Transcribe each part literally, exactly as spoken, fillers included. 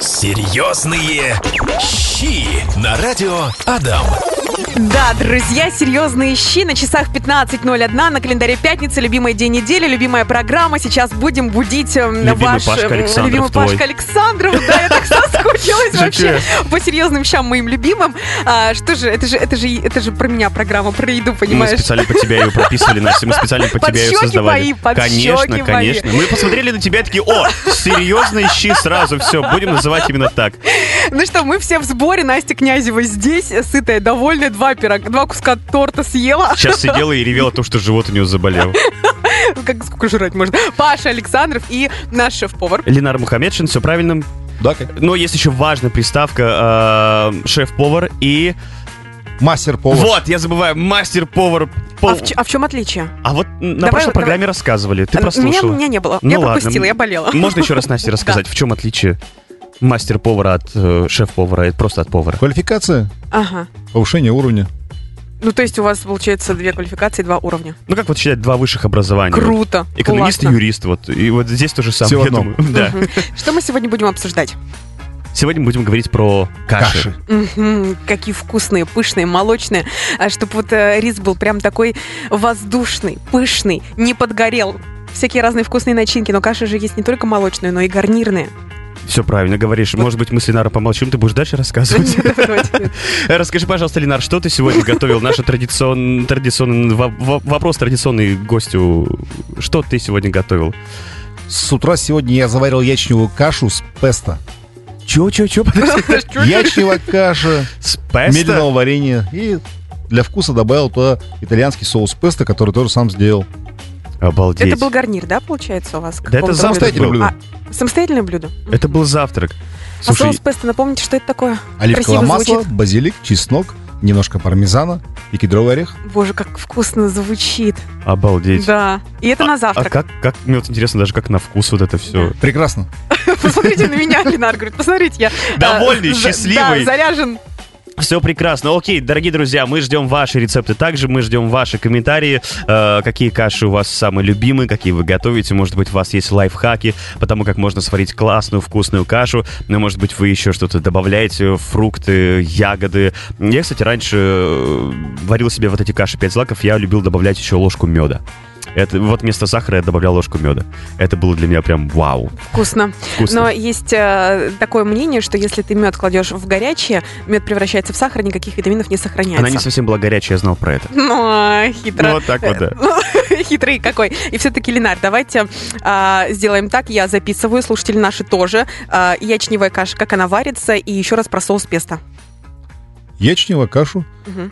Серьезные щи на радио Адам. Да, друзья, серьезные щи. На часах пятнадцать ноль один, на календаре пятница, любимый день недели, любимая программа. Сейчас будем будить любимый ваш... Пашка Александров любимый твой. Пашка Александров. Да, я так соскучилась вообще по серьезным щам моим любимым. А, что же, это же, это же, это же про меня программа, про еду, понимаешь? Мы специально под тебя ее прописывали, Настя, мы специально под тебя ее создавали. Под конечно, щеки конечно. мои. Мы посмотрели на тебя и такие: о, серьезные щи сразу, все, будем называть именно так. Ну что, мы все в сборе. Настя Князева здесь, сытая, довольная, два пирога, два куска торта съела. Сейчас сидела и ревела то, что живот у нее заболел. Как сколько жрать можно? Паша Александров и наш шеф-повар Ленар Мухаммедшин, все правильно. Да, как? Но есть еще важная приставка э, шеф-повар и... Мастер-повар. Вот, я забываю, мастер-повар. Пол... А, в, ч- а в чем отличие? А вот на Давай, прошлой давай. программе рассказывали, ты А, прослушала. Меня, меня не было, Ну я ладно. пропустила, я болела. Можно еще раз, Насте, рассказать, в чем отличие мастер-повара от э, шеф-повара и просто от повара? Квалификация, Ага. повышение уровня. Ну, то есть у вас, получается, две квалификации, два уровня. Ну, как вот считать два высших образования? Круто. Экономист и классно. юрист, вот. И вот здесь то же самое, Все в я одном. думаю. Да. Мгм. Что мы сегодня будем обсуждать? Сегодня мы будем говорить про каши. Каши. Мгм. Какие вкусные, пышные, молочные. Чтобы вот э, рис был прям такой воздушный, пышный, не подгорел. Всякие разные вкусные начинки. Но каши же есть не только молочные, но и гарнирные. Все правильно говоришь. Может быть, мы с Ленаром помолчим, ты будешь дальше рассказывать? Давайте. Расскажи, пожалуйста, Ленар, что ты сегодня готовил? Наш традицион... традиционный во- во- вопрос традиционный гостю. Что ты сегодня готовил? С утра сегодня я заварил ячневую кашу с песто. Чё, чё, чё? Ячневая каша, С песто? медленного варенья. И для вкуса добавил туда итальянский соус песто, который тоже сам сделал. Обалдеть. Это был гарнир, да, получается, у вас? Да это Какого-то завтрак Самостоятельное был. блюдо. А, самостоятельное блюдо? Это был завтрак. А Слушай, соус песто, напомните, что это такое? Оливковое Красиво масло, звучит. базилик, чеснок, немножко пармезана и кедровый орех. Боже, как вкусно звучит. обалдеть. Да. И это А- на А завтрак. как, как, мне вот интересно даже, как на вкус вот это все. Прекрасно. Посмотрите на меня, Ленар говорит, посмотрите, я... Довольный, э, за- счастливый. Да, заряжен. Все прекрасно. Окей, дорогие друзья, мы ждем ваши рецепты. Также мы ждем ваши комментарии. Э, какие каши у вас самые любимые, какие вы готовите. Может быть, у вас есть лайфхаки по тому, как можно сварить классную, вкусную кашу. Ну, может быть, вы еще что-то добавляете, фрукты, ягоды. Я, кстати, раньше э, варил себе вот эти каши пять злаков. Я любил добавлять еще ложку меда. Это, вот вместо сахара я добавлял ложку меда. Это было для меня прям вау. Вкусно. Вкусно. Но есть э, такое мнение, что если ты мед кладешь в горячее, мед превращается в сахар, никаких витаминов не сохраняется. Она не совсем была горячая, я знал про это. Ну, а, хитро. Ну, вот так вот, да. Ну, хитрый какой. И все-таки, Ленар, давайте а, сделаем так. Я записываю, слушатели наши тоже. А, ячневая каша, как она варится, и еще раз про соус песто. Ячневую кашу Мгм.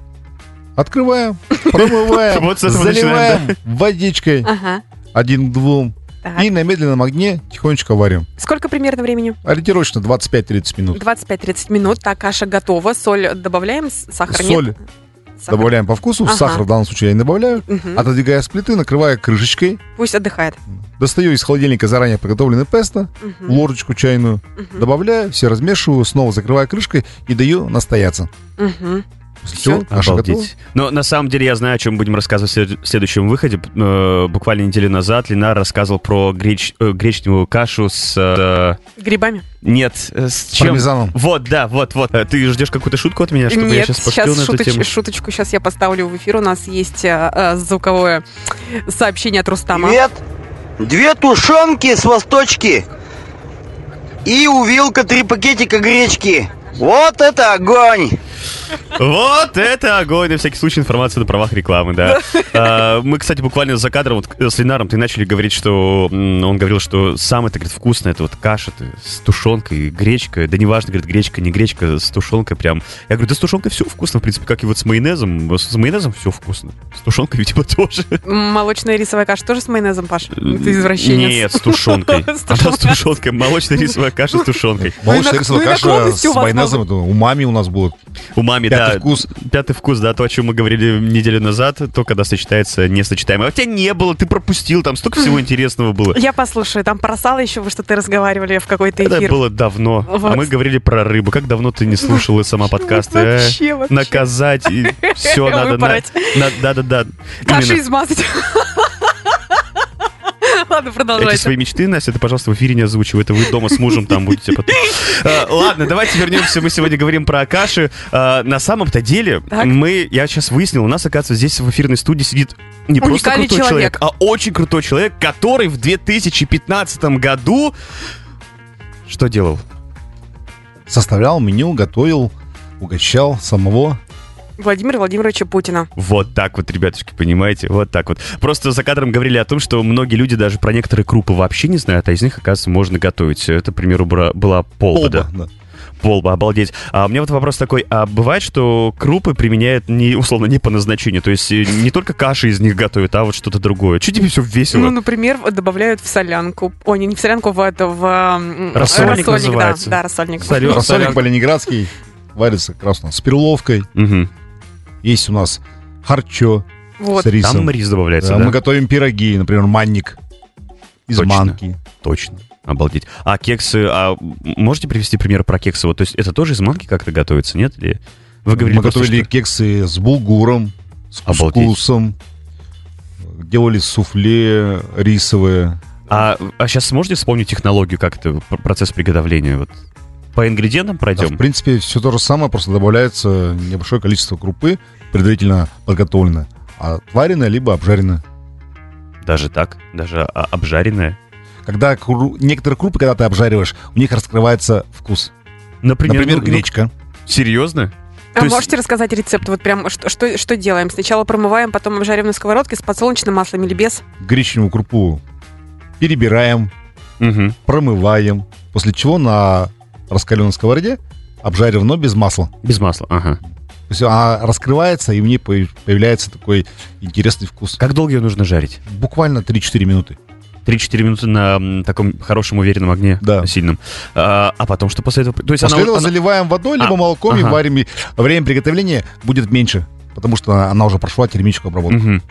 открываем, промываем, Вот с этого заливаем начинаем, водичкой Ага. один к двум. Так. И на медленном огне тихонечко варим. Сколько примерно времени? Ориентировочно двадцать пять-тридцать минут. двадцать пять-тридцать минут. Так, каша готова. Соль добавляем, с- сахар нет? Соль Сахар. добавляем по вкусу. Ага. Сахар в данном случае я не добавляю. Мгм. Отодвигая с плиты, накрывая крышечкой. Пусть отдыхает. Достаю из холодильника заранее приготовленное песто, Мгм. ложечку чайную. Мгм. Добавляю, все размешиваю, снова закрываю крышкой и даю настояться. Мгм. После Всё. чего каша готова. Обалдеть. Но на самом деле я знаю, о чем будем рассказывать в след- в следующем выходе. Э, Буквально неделю назад Ленар рассказывал про греч- э, гречневую кашу с... э, Грибами? Нет, э, с чем? Пармезаном. Вот, да, вот, вот. Э, Ты ждешь какую-то шутку от меня, чтобы я Нет, сейчас сейчас пошутил на эту шуточ- тему? шуточку сейчас я поставлю в эфир. У нас есть э, э, звуковое сообщение от Рустама. Привет. Две тушенки с восточки. И у Вилка три пакетика гречки. Вот это огонь! Вот это огонь! На всякий случай информация на правах рекламы, да. А, Мы, кстати, буквально за кадром вот, с Ленаром ты начали говорить, что м, он говорил, что самое, это, говорит, вкусное, это вот каша с тушенкой, гречка. Да неважно, говорит, гречка, не гречка, с тушенкой прям. Я говорю, да с тушенкой все вкусно, в принципе, как и вот с майонезом. С майонезом все вкусно. С тушенкой, видимо, тоже. Молочная рисовая каша тоже с майонезом, Паш? Ты извращенец. Нет, с тушенкой. С Она с тушенкой. тушенкой. Молочная рисовая каша с тушенкой. Молочная Ну и рисовая на- каша наклонности у с вас майонезом. Это умами у нас будет. Умами, Пятый да. вкус. Пятый вкус, да, то, о чем мы говорили неделю назад, то, когда сочетается несочетаемое. А у тебя не было, ты пропустил, там столько всего интересного было. Я послушаю, там про сало еще вы что-то разговаривали в какой-то Это эфир. было давно. Вот. А мы говорили про рыбу. Как давно ты не слушала сама подкасты? э? Вообще, вообще. Наказать и все надо. Выпороть. Да, да, да. Каши измазать. Ладно, Эти продолжайте. свои мечты, Настя, это, пожалуйста, в эфире не озвучивай. Это вы дома с мужем там будете потом. А, Ладно, давайте вернемся. Мы сегодня говорим про каши. А, На самом-то деле, Так. мы, я сейчас выяснил, у нас, оказывается, здесь в эфирной студии сидит не просто Уникальный крутой человек, человек. а очень крутой человек, который в две тысячи пятнадцатом году что делал? Составлял меню, готовил, угощал самого. Владимира Владимировича Путина. Вот так вот, ребятушки, понимаете? Вот так вот. Просто за кадром говорили о том, что многие люди даже про некоторые крупы вообще не знают, а из них, оказывается, можно готовить. Это, к примеру, бра- была полба, да? да. Полба, обалдеть. А у меня вот вопрос такой, а бывает, что крупы применяют, не, условно, не по назначению? То есть э, не только каши из них готовят, а вот что-то другое. Что тебе все весело? Ну, например, добавляют в солянку. Ой, не в солянку, в это, в... м, Рассольник да. называется. Да, рассольник. Солё- Рассольник солянка. по-ленинградский варится как раз у нас с перловкой. Мгм. Есть у нас харчо Вот. с рисом. Там рис добавляется, Да, да? Мы готовим пироги, например, манник из Точно. манки. Точно. Обалдеть. А кексы, а можете привести пример про кексы? Вот, то есть это тоже из манки как-то готовится, нет? Или вы говорили Мы просто, готовили что- кексы с булгуром, с Обалдеть. кускусом. Делали суфле рисовые. А, а сейчас сможете вспомнить технологию, как это, п- процесс приготовления? Вот по ингредиентам Да, пройдем? в принципе, все то же самое, просто добавляется небольшое количество крупы, предварительно подготовленное, а отваренное либо обжаренное. Даже так? Даже а, обжаренное? Когда кру- некоторые крупы, когда ты обжариваешь, у них раскрывается вкус. Например, Например, ну, гречка. ну, серьезно? А То есть- можете рассказать рецепт? Вот прям что, что, что делаем? Сначала промываем, потом обжариваем на сковородке с подсолнечным маслом или без? Гречневую крупу перебираем, Мгм. промываем, после чего на раскаленной сковороде обжариваем, но без масла. Без масла, ага. То есть она раскрывается, и в ней появ- появляется такой интересный вкус. Как долго ее нужно жарить? Буквально три-четыре минуты. три-четыре минуты на м, таком хорошем уверенном огне, Да. сильном. А, а потом что после этого? То есть После она, этого она- заливаем водой, либо А, молоком и ага. варим. И время приготовления будет меньше, потому что она уже прошла термическую обработку. Мгм.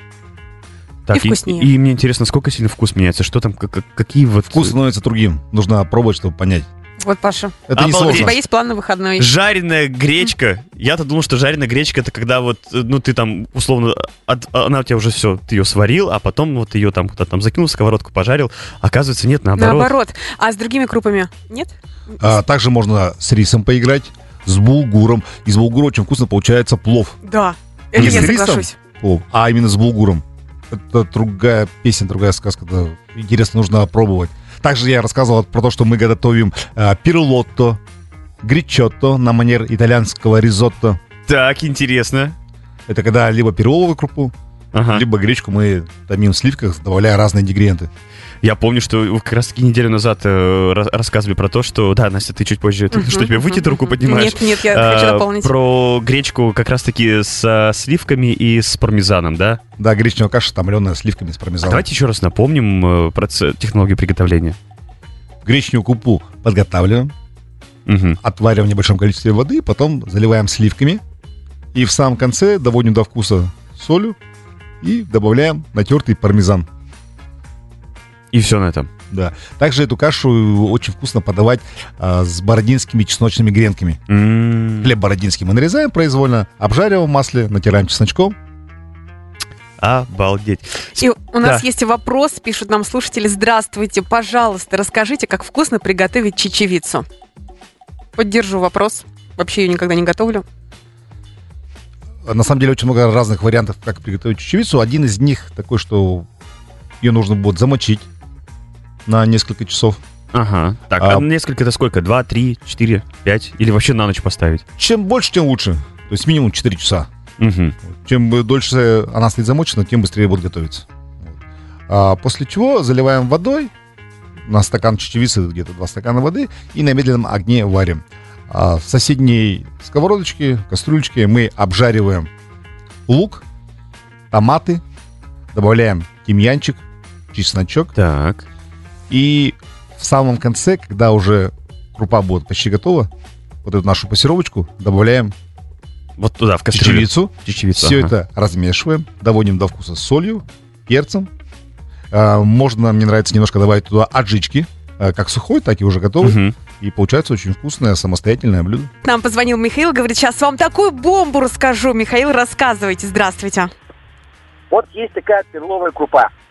Так, И вкуснее. И, мне интересно, сколько сильно вкус меняется? Что там, как- как- какие вот... Вкус становится другим. Нужно пробовать, чтобы понять. Вот, Паша. Это не Обалдеть. У сложно. тебя есть план на выходной? Жареная гречка. Я-то думал, что жареная гречка это когда вот, э, ну ты там условно, от- она у тебя уже все, ты ее сварил, а потом вот ее там куда-то там закинул в сковородку, пожарил. Оказывается, нет, наоборот. Наоборот. А с другими крупами? Нет? А, также можно с рисом поиграть, с булгуром. Из булгура очень вкусно получается плов. Да. Это Не я с рисом? соглашусь. Плов, а именно с булгуром. Это другая песня, другая сказка. Это интересно, нужно пробовать. Также я рассказывал про то, что мы готовим а, пирлотто, гричотто на манер итальянского ризотто. Так, интересно. Это когда либо перловую крупу, Ага. либо гречку мы томим в сливках, добавляя разные ингредиенты. Я помню, что вы как раз таки неделю назад э, ра- рассказывали про то, что... Да, Настя, ты чуть позже... Ты Мгм, что, тебе выйти мгм, руку мгм. поднимаешь? Нет, нет, я хочу А, дополнить. Про гречку как раз таки с а, сливками и с пармезаном, да? Да, гречневая каша, томленная сливками с А пармезаном. давайте еще раз напомним э, процесс, технологию приготовления. Гречневую крупу подготавливаем, Мгм. отвариваем в небольшом количестве воды, потом заливаем сливками. И в самом конце доводим до вкуса солью и добавляем натертый пармезан. И все на этом. Да. Также эту кашу очень вкусно подавать а, с бородинскими чесночными гренками. М. Хлеб бородинский мы нарезаем произвольно, обжариваем в масле, натираем чесночком. Обалдеть. И у нас Да. есть вопрос, пишут нам слушатели. Здравствуйте, пожалуйста, расскажите, как вкусно приготовить чечевицу. Поддержу вопрос. Вообще ее никогда не готовлю. На самом деле очень много разных вариантов, как приготовить чечевицу. Один из них такой, что ее нужно будет замочить на несколько часов. Ага. Так, А- а несколько это сколько? Два, три, четыре, пять? Или вообще на ночь поставить? Чем больше, тем лучше. То есть минимум четыре часа. Мгм. Чем бы дольше она стоит замочена, тем быстрее будет готовиться. Вот. А после чего заливаем водой на стакан чечевицы, где-то два стакана воды, и на медленном огне варим. А в соседней сковородочке, кастрюлечке мы обжариваем лук, томаты, добавляем тимьянчик, чесночок. Так. И в самом конце, когда уже крупа будет почти готова, вот эту нашу пассировочку добавляем Вот туда, в кастрюлю. чечевицу. Чечевицу. Все ага. это размешиваем, доводим до вкуса с солью, перцем. А, можно, мне нравится немножко добавить туда аджички, а, как сухой, так и уже готовый. Мгм. И получается очень вкусное самостоятельное блюдо. Нам позвонил Михаил, говорит, сейчас вам такую бомбу расскажу. Михаил, рассказывайте. Здравствуйте. Вот есть такая перловая крупа.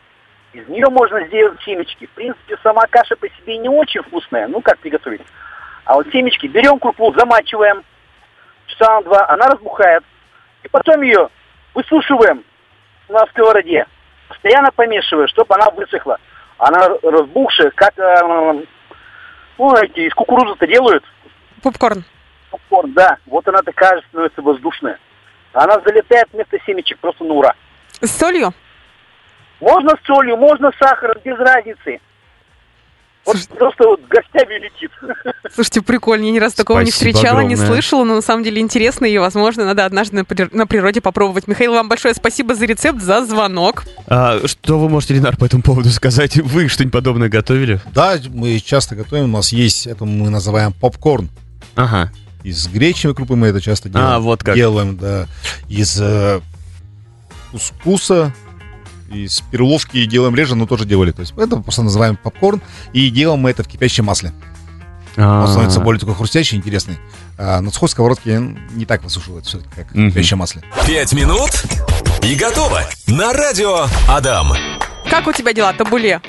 Из нее можно сделать семечки. В принципе, сама каша по себе не очень вкусная. Ну, как приготовить? А вот семечки берем крупу, замачиваем. Часа на два, она разбухает. И потом ее высушиваем на сковороде. Постоянно помешивая, чтобы она высохла. Она разбухшая, как э, ну, эти из кукурузы-то делают. Попкорн. Попкорн, да. Вот она такая же становится воздушная. Она залетает вместо семечек просто на ура. С солью? Можно с солью, можно с сахаром, без разницы. Вот Слушай, просто вот гостями летит. Слушайте, прикольно, я ни разу такого не Спасибо встречала, не огромное. слышала, но на самом деле интересно, и, возможно, надо однажды на, при- на природе попробовать. Михаил, вам большое спасибо за рецепт, за звонок. А, что вы можете, Ленар, по этому поводу сказать? Вы что-нибудь подобное готовили? Да, мы часто готовим, у нас есть, это мы называем попкорн. Ага. Из гречневой крупы мы это часто делаем. А, вот как. Делаем, да. Из э, кускуса, из перловки делаем реже, но тоже делали. То есть это просто называем попкорн. И делаем мы это в кипящем масле. Он становится более такой хрустящий, интересный. А на сухой сковородке не так высушивается все-таки, как в Мгм. кипящем масле. Пять минут и готово. На радио Адам. Как у тебя дела, табуле?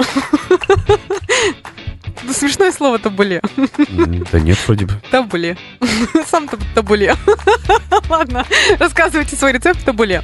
Ну, смешное слово табуле. М, Да нет, вроде бы. Табуле. Сам таб- табуле. Ладно, рассказывайте свой рецепт табуле.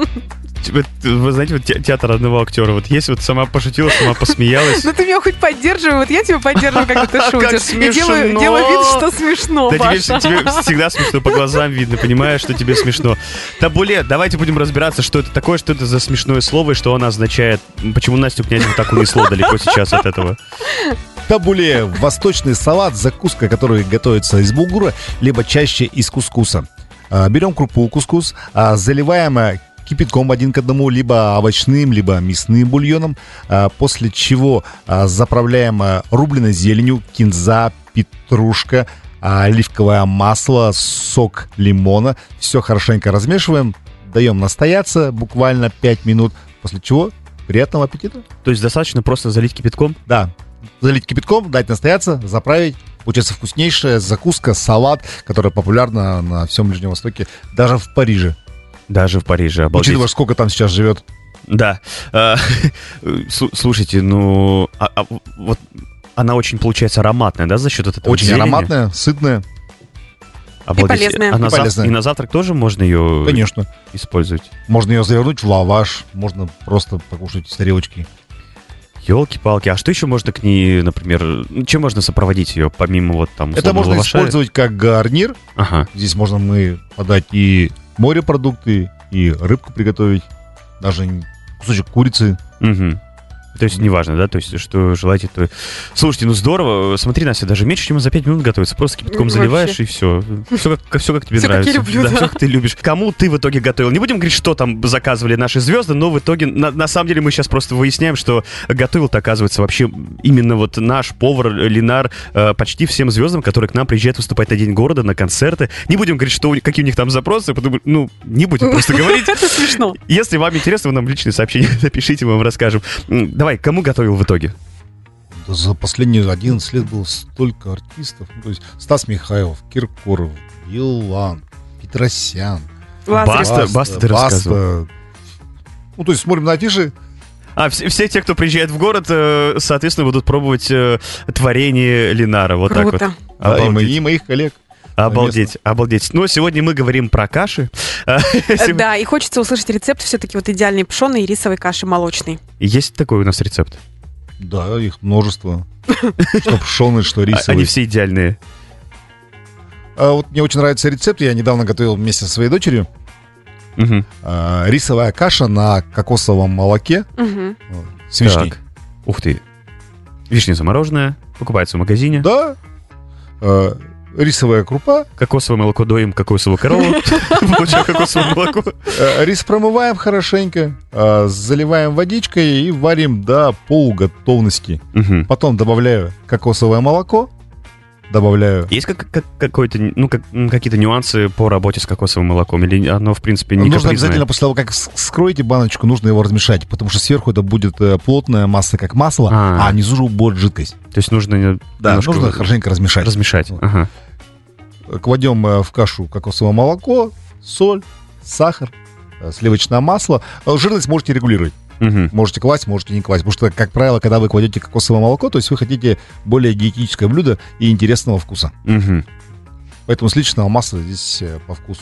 Типа, вы знаете, вот те- театр одного актера. Вот есть вот сама пошутила, сама посмеялась. Ну ты меня хоть поддерживай, вот я тебя поддерживаю, когда ты Как шутишь. И делаю, смешно. делаю вид, что смешно, Да тебе, Паша. вс- тебе всегда смешно, по глазам видно, понимаешь, что тебе смешно. Табуле, давайте будем разбираться, что это такое, что это за смешное слово и что оно означает. Почему Настю Князеву так унесло далеко сейчас от этого? Табуле – восточный салат, закуска, которая готовится из булгура, либо чаще из кускуса. А, Берем крупу кускус, а, заливаем а, кипятком один к одному, либо овощным, либо мясным бульоном, а, после чего а, заправляем а, рубленой зеленью, кинза, петрушка, а, оливковое масло, сок лимона. Все хорошенько размешиваем, даем настояться буквально пять минут, после чего приятного аппетита. То есть достаточно просто залить кипятком? Да, залить кипятком, дать настояться, заправить. Получается вкуснейшая закуска, салат, которая популярна на всем Ближнем Востоке, даже в Париже. Даже в Париже, обалдеть. Учитывая, сколько там сейчас живет. Да. А, слу- Слушайте, ну, а- а вот она очень, получается, ароматная, да, за счет вот этого Очень зелени? ароматная, сытная. Обалдеть. полезная. А на И зав- полезная. и на завтрак тоже можно ее Конечно. использовать? Можно ее завернуть в лаваш, можно просто покушать с тарелочки. Елки-палки, а что еще можно к ней, например, ну, чем можно сопроводить ее, помимо вот там Это условно можно лаваша? использовать как гарнир. Ага. Здесь можно мы подать и морепродукты, и рыбку приготовить, даже кусочек курицы. Мгм. То есть неважно, да, то есть что желаете, то... Слушайте, ну здорово, смотри, Настя, даже меньше, чем за пять минут готовится, просто кипятком Вообще. заливаешь и все. Все как, все как тебе Всё, как нравится. я люблю, да, да. всё, как ты любишь. Кому ты в итоге готовил? Не будем говорить, что там заказывали наши звезды, но в итоге, на, на самом деле, мы сейчас просто выясняем, что готовил-то, оказывается, вообще именно вот наш повар Ленар э, почти всем звездам, которые к нам приезжают выступать на День города, на концерты. Не будем говорить, что, у- какие у них там запросы, потому ну, не будем просто говорить. Это смешно. Если вам интересно, вы нам личные сообщения напишите, мы вам расскажем. М, Давай, кому готовил в итоге? Да за последние одиннадцать лет было столько артистов. Ну, то есть Стас Михайлов, Киркоров, Елан, Петросян. Лазарев. Баста, Баста ты рассказывал. Ну, то есть смотрим на афиши. А, все, все те, кто приезжает в город, э, соответственно, будут пробовать э, творение Ленара. Вот так вот. Круто. Да, и, мо- Обалдеть. и моих коллег. Обалдеть, обалдеть. Но сегодня мы говорим про каши. Э, Сегодня- Да, и хочется услышать рецепт все-таки вот идеальной пшеной и рисовой каши молочной. Есть такой у нас рецепт? Да, их множество. Что пшеный, что А- Они рисовый. все идеальные. А вот мне очень нравится рецепт. Я недавно готовил вместе со своей дочерью. Мгм. А, рисовая каша на кокосовом молоке Мгм. вот, с вишней. Так. Ух ты. Вишня замороженная, покупается в магазине. Да. А, рисовая крупа. Кокосовое молоко доим, кокосовую корову. Получаем кокосовое молоко. А, рис промываем хорошенько, а, заливаем водичкой и варим до полуготовности. Мгм. Потом добавляю кокосовое молоко. Добавляю. Есть как, как- какой-то, ну, как, м, какие-то нюансы по работе с кокосовым молоком? Или оно, в принципе, не Нужно капризное? обязательно после того, как с- скроете баночку, нужно его размешать, потому что сверху это будет э, плотная масса, как масло, А. а, внизу будет жидкость. То есть нужно э, Да, немножко нужно хорошенько размешать. размешать. Вот. Ага. Кладем э, в кашу кокосовое молоко, соль, сахар, э, сливочное масло. Э, Жирность можете регулировать. Мгм. Можете класть, можете не класть. Потому что, как правило, когда вы кладете кокосовое молоко, то есть вы хотите более диетическое блюдо и интересного вкуса. Мгм. Поэтому сливочного масла здесь э, по вкусу.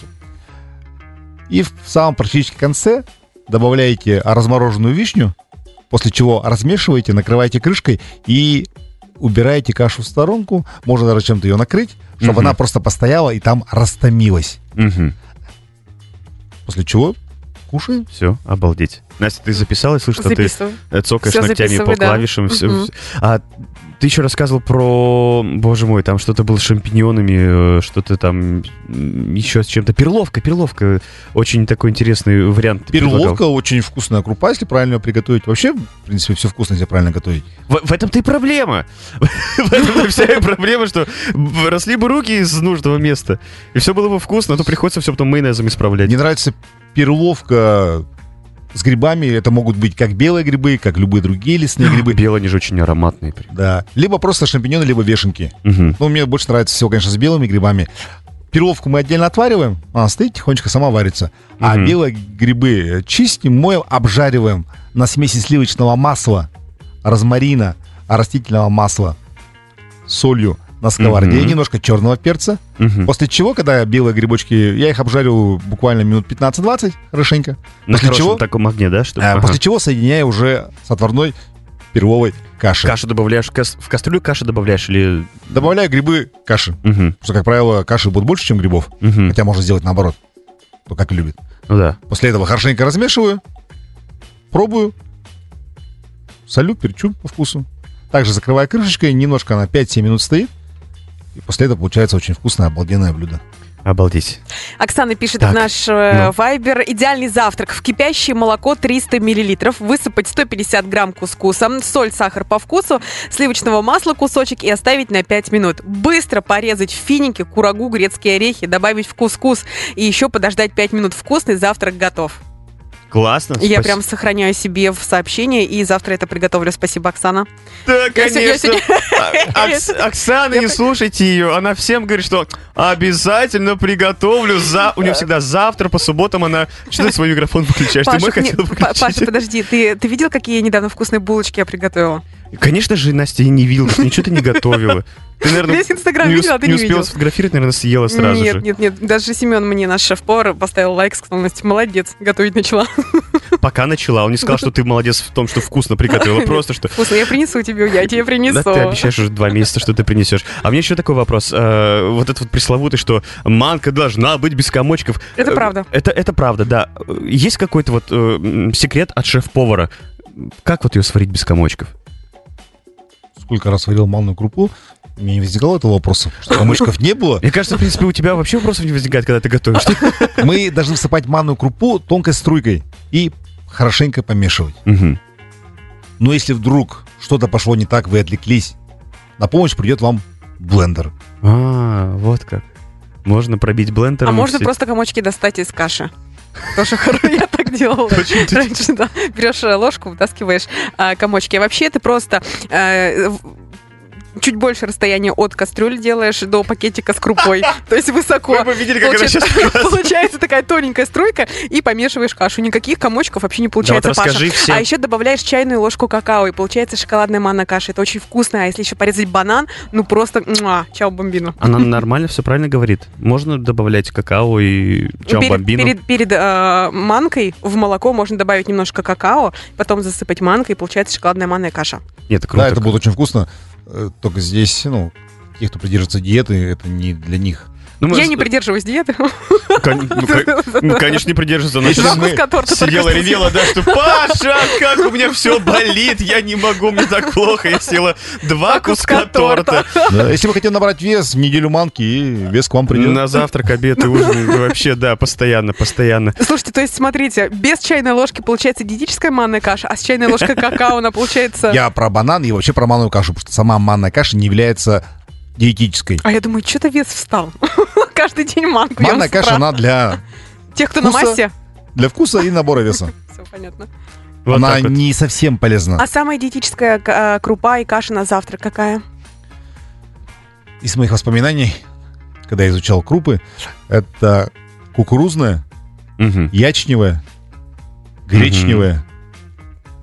И в самом практически конце добавляете размороженную вишню, после чего размешиваете, накрываете крышкой и убираете кашу в сторонку. Можно даже чем-то ее накрыть, чтобы Мгм. она просто постояла и там растомилась. Мгм. После чего кушаем. Все, обалдеть. Настя, ты записала? Я слышу, что ты Записываю. э, цокаешь Всё ногтями по записываю, да. клавишам. Всё, Мгм. всё. А ты еще рассказывал про, боже мой, там что-то было с шампиньонами, э, что-то там м, еще с чем-то. Перловка, перловка. Очень такой интересный вариант. ты предлагал. Перловка очень вкусная крупа, если правильно ее приготовить. Вообще, в принципе, все вкусно, если правильно готовить. В, в этом-то и проблема. В этом-то вся и проблема, что б- росли бы руки из нужного места, и все было бы вкусно, а то приходится все потом майонезом исправлять. Мне нравится перловка с грибами. Это могут быть как белые грибы, как любые другие лесные грибы. Белые, они же очень ароматные. Да. Либо просто шампиньоны, либо вешенки. Мгм. Ну, мне больше нравится всего, конечно, с белыми грибами. Перловку мы отдельно отвариваем, она стоит тихонечко, сама варится. А Мгм. белые грибы чистим, моем, обжариваем на смеси сливочного масла, розмарина, растительного масла, солью на сковороде, Мгм. немножко черного перца. Мгм. После чего, когда белые грибочки, я их обжарю буквально минут пятнадцать-двадцать хорошенько. На После хорошем чего, таком огне, да? Чтобы... а, ага. после чего соединяю уже с отварной перловой кашей. Кашу добавляешь, кас- в кастрюлю кашу добавляешь или... Добавляю грибы каши. Мгм. Потому что, как правило, каши будет больше, чем грибов. Мгм. Хотя можно сделать наоборот. Кто как любит. Ну да. После этого хорошенько размешиваю, пробую, солю, перчу по вкусу. Также закрываю крышечкой, немножко на пять-семь минут стоит. И после этого получается очень вкусное, обалденное блюдо. Обалдеть. Оксана пишет Так, в наш э, ну. вайбер. Идеальный завтрак. В кипящее молоко триста миллилитров. Высыпать сто пятьдесят грамм кускуса. Соль, сахар по вкусу. Сливочного масла кусочек и оставить на пять минут. Быстро порезать финики, курагу, грецкие орехи. Добавить в кускус. И еще подождать пять минут. Вкусный завтрак готов. Классно. И я спасибо. прям сохраняю себе в сообщение. И завтра это приготовлю. Спасибо, Оксана. Да, Я се- я конечно. А- Окс- Оксана, не слушайте ее. Она всем говорит, что обязательно приготовлю. За... У нее всегда завтра, по субботам она... Что ты свой микрофон выключаешь? Ты мой Паша, не- хотела Па- Паша, выключить? подожди. Ты, ты видел, какие недавно вкусные булочки я приготовила? Конечно же, Настя, я не видел, что ничего ты не готовила. Ты, наверное, Весь Инстаграм не, ус- видела, а ты не не успела видел. сфотографировать, наверное, съела сразу нет, же. нет, нет. Даже Семен мне, наш шеф-повар, поставил лайк, сказал, Настя, молодец, готовить начала. Пока начала. Он не сказал, что ты молодец в том, что вкусно приготовила. Просто что... Вкусно, я принесу тебе, я тебе принесу. Да, ты обещаешь уже два месяца, что ты принесешь. А мне еще такой вопрос. Э, вот этот вот пресловутый, что манка должна быть без комочков. Это Э, правда. Это, это правда, да. Э, Есть какой-то вот э, м, секрет от шеф-повара? Как вот ее сварить без комочков? Сколько раз варил манную крупу, мне не возникало этого вопроса, что комочков не было. Мне кажется, в принципе, у тебя вообще вопросов не возникает, когда ты готовишь. Мы должны всыпать манную крупу тонкой струйкой и хорошенько помешивать. Мгм. Но если вдруг что-то пошло не так, вы отвлеклись, на помощь придет вам блендер. А, вот как. Можно пробить блендером. А и можно все- просто комочки достать из каши. Тоже хорошо, я так делала. Очень ты- Раньше, да. Берешь э, ложку, вытаскиваешь а, комочки. А вообще ты просто э, в- чуть больше расстояния от кастрюли делаешь до пакетика с крупой. То есть высоко. Вы бы видели, как она Получается- сейчас показывает. Получается такая тоненькая струйка, и помешиваешь кашу. Никаких комочков вообще не получается, вот расскажи Паша. всем. А еще добавляешь чайную ложку какао, и получается шоколадная манна каша. Это очень вкусно. А если еще порезать банан, ну просто муа, чао бомбину. Она нормально все правильно говорит. Можно добавлять какао и чао Перед, бомбину. перед, перед, э, манкой в молоко можно добавить немножко какао, потом засыпать манкой, и получается шоколадная манная каша. Нет, это круто. Да, это будет очень вкусно. Э, Только здесь, ну, те, кто придерживается диеты, это не для них. Ну, мы Я с- не придерживаюсь диеты. Кон- ну, ко- ну, конечно, не придерживаться. Она Если сейчас мы Куска торта сидела, только ревела, да, что Паша, как у меня все болит, я не могу, мне так плохо. Я съела два Два куска куска торта. торта. Да, если вы хотите набрать вес, в неделю манки, и вес к вам придет. На завтрак, обед и ужин. Вообще, да, постоянно, постоянно. Слушайте, то есть, смотрите, без чайной ложки получается диетическая манная каша, а с чайной ложкой какао она получается... Я про банан и вообще про манную кашу, потому что сама манная каша не является диетической. А я думаю, что-то вес встал. Каждый день манку ем Манная с утра. каша, она для, Тех, кто на вкуса. массе. для вкуса и набора веса. Все понятно. Вот Она так вот. не совсем полезна. А самая диетическая э, крупа и каша на завтрак какая? Из моих воспоминаний, когда я изучал крупы, это кукурузная, Мгм. ячневая, гречневая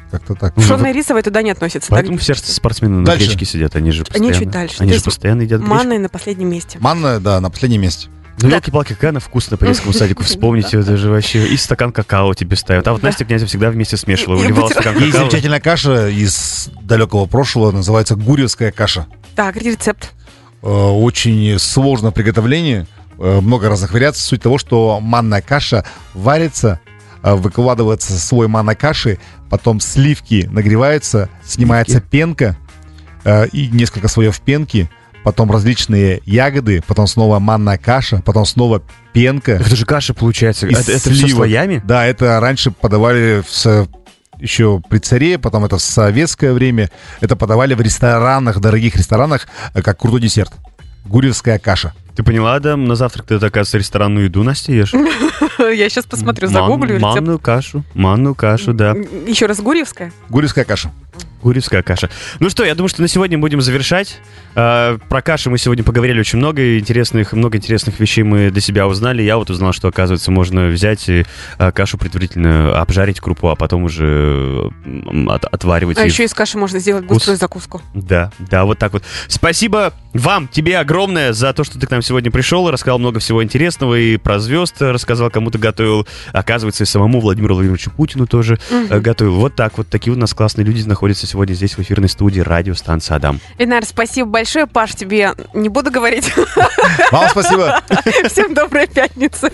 Как-то так. Пшённое рисовое туда не относится. Поэтому так? все спортсмены на Дальше. гречке сидят, они же Они постоянно... чуть дальше. Они То же есть постоянно едят гречку. Манная на последнем месте. Манна, да, на последнем месте. Ну, елки-палки, какая она вкусная по детскому садику, вспомните, это же вообще... И стакан какао тебе ставят. А вот Да. Настя Князева всегда вместе смешивала, И выливала бутерброд. стакан Есть какао. замечательная каша из далекого прошлого, называется гурьевская каша. Так, рецепт. Э, Очень сложно в приготовлении, э, много разных вариаций. Суть того, что манная каша варится, э, выкладывается слой манной каши, потом сливки нагреваются, снимается пенка э, и несколько слоев пенки, потом различные ягоды, потом снова манная каша, потом снова пенка. Это же каша получается. из Это, это все сливок. слоями? Да, это раньше подавали в с- еще при царе, потом это в советское время. Это подавали в ресторанах, дорогих ресторанах, э, как крутой десерт. Гурьевская каша. Ты поняла, Адам, на завтрак ты, оказывается, ресторанную еду, Настя, ешь? Я сейчас посмотрю, Ман- загуглю рецепт. Манную кашу, манную кашу, да. Еще раз, гурьевская? Гурьевская каша. Гурьевская каша. Ну что, я думаю, что на сегодня будем завершать. А, про каши мы сегодня поговорили очень много интересных, много интересных вещей мы для себя узнали. Я вот узнал, что, оказывается, можно взять и а, кашу предварительно обжарить, крупу, а потом уже м, от- отваривать. А и- еще из каши можно сделать Вкус. быструю закуску. Да, да, вот так вот. Спасибо вам, тебе огромное за то, что ты к нам сегодня пришел и рассказал много всего интересного, и про звезд рассказал, кому-то готовил. Оказывается, и самому Владимиру Владимировичу Путину тоже э, готовил. Вот так вот. Такие у нас классные люди находятся сегодня здесь, в эфирной студии радиостанции «Адам». Ленар, спасибо большое. Паш, тебе не буду говорить. Вам спасибо. Всем доброй пятницы.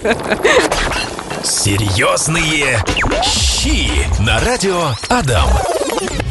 Серьезные щи на радио Адам.